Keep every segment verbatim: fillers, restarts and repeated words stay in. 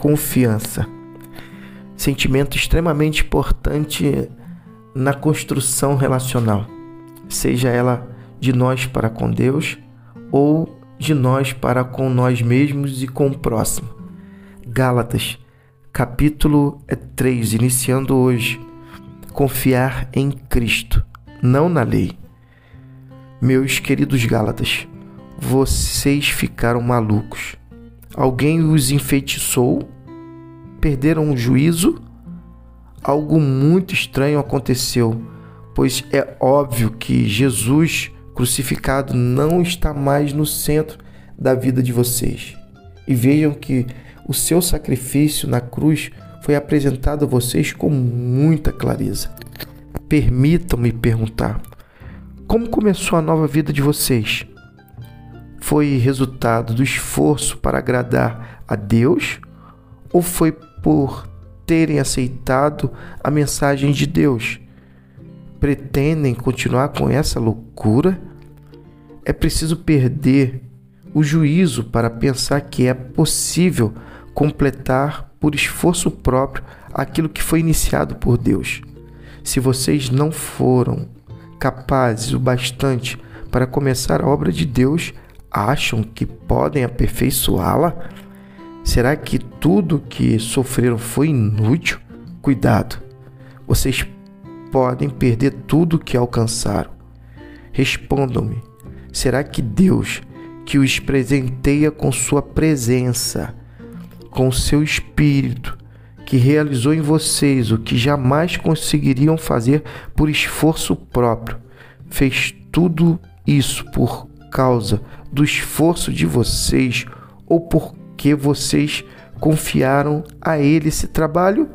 confiança. Sentimento extremamente importante na construção relacional, seja ela de nós para com Deus ou de nós para com nós mesmos e com o próximo. Gálatas, capítulo três, iniciando hoje. Confiar em Cristo, não na lei. Meus queridos Gálatas, vocês ficaram malucos. Alguém os enfeitiçou? Perderam o juízo? Algo muito estranho aconteceu, pois é óbvio que Jesus crucificado não está mais no centro da vida de vocês. E vejam que o seu sacrifício na cruz foi apresentado a vocês com muita clareza. Permitam-me perguntar, como começou a nova vida de vocês? Foi resultado do esforço para agradar a Deus ou foi por terem aceitado a mensagem de Deus? Pretendem continuar com essa loucura? É preciso perder o juízo para pensar que é possível completar por esforço próprio aquilo que foi iniciado por Deus. Se vocês não foram capazes o bastante para começar a obra de Deus, acham que podem aperfeiçoá-la? Será que tudo que sofreram foi inútil? Cuidado, vocês podem perder tudo que alcançaram. Respondam-me, será que Deus, que os presenteia com sua presença, com seu Espírito, que realizou em vocês o que jamais conseguiriam fazer por esforço próprio, fez tudo isso por causa do esforço de vocês ou porque vocês confiaram a Ele esse trabalho?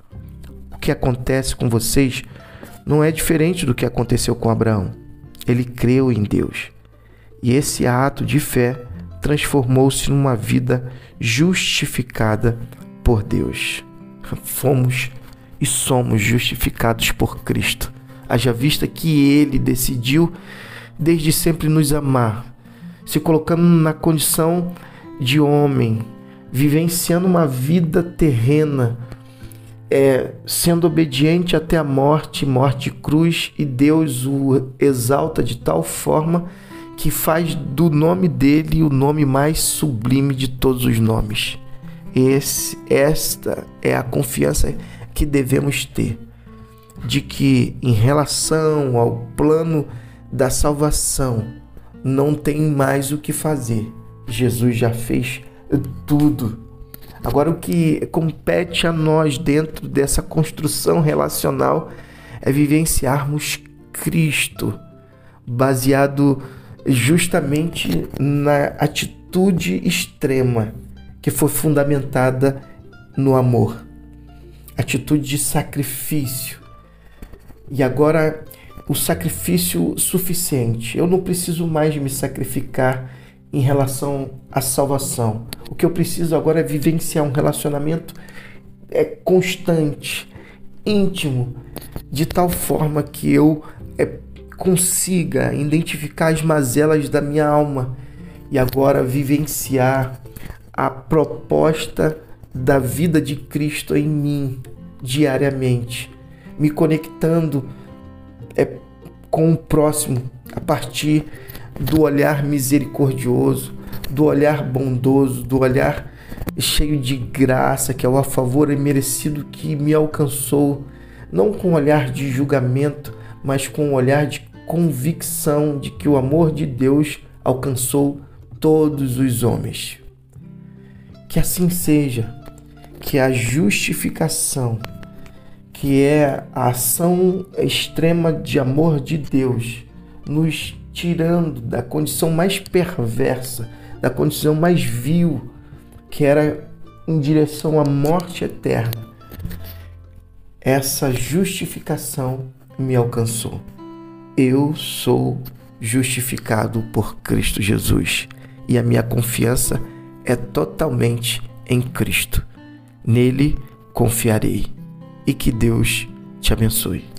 O que acontece com vocês não é diferente do que aconteceu com Abraão. Ele creu em Deus e esse ato de fé transformou-se numa vida justificada por Deus. Fomos e somos justificados por Cristo, haja vista que Ele decidiu desde sempre nos amar, se colocando na condição de homem, vivenciando uma vida terrena, é, sendo obediente até a morte, morte de cruz, e Deus o exalta de tal forma que faz do nome dele o nome mais sublime de todos os nomes. Esse, esta é a confiança que devemos ter, de que em relação ao plano da salvação não tem mais o que fazer. Jesus já fez tudo. Agora o que compete a nós dentro dessa construção relacional é vivenciarmos Cristo, baseado justamente na atitude extrema que foi fundamentada no amor, atitude de sacrifício. E agora o sacrifício suficiente. Eu não preciso mais me sacrificar em relação à salvação. O que eu preciso agora é vivenciar um relacionamento é, constante, íntimo, de tal forma que eu é, consiga identificar as mazelas da minha alma e agora vivenciar a proposta da vida de Cristo em mim diariamente, me conectando é, com o próximo a partir do olhar misericordioso, do olhar bondoso, do olhar cheio de graça, que é o a favor imerecido que me alcançou, não com um olhar de julgamento, mas com um olhar de convicção de que o amor de Deus alcançou todos os homens. Que assim seja, que a justificação, que é a ação extrema de amor de Deus, nos tirando da condição mais perversa, da condição mais vil, que era em direção à morte eterna, essa justificação me alcançou. Eu sou justificado por Cristo Jesus e a minha confiança é totalmente em Cristo. Nele confiarei. E que Deus te abençoe.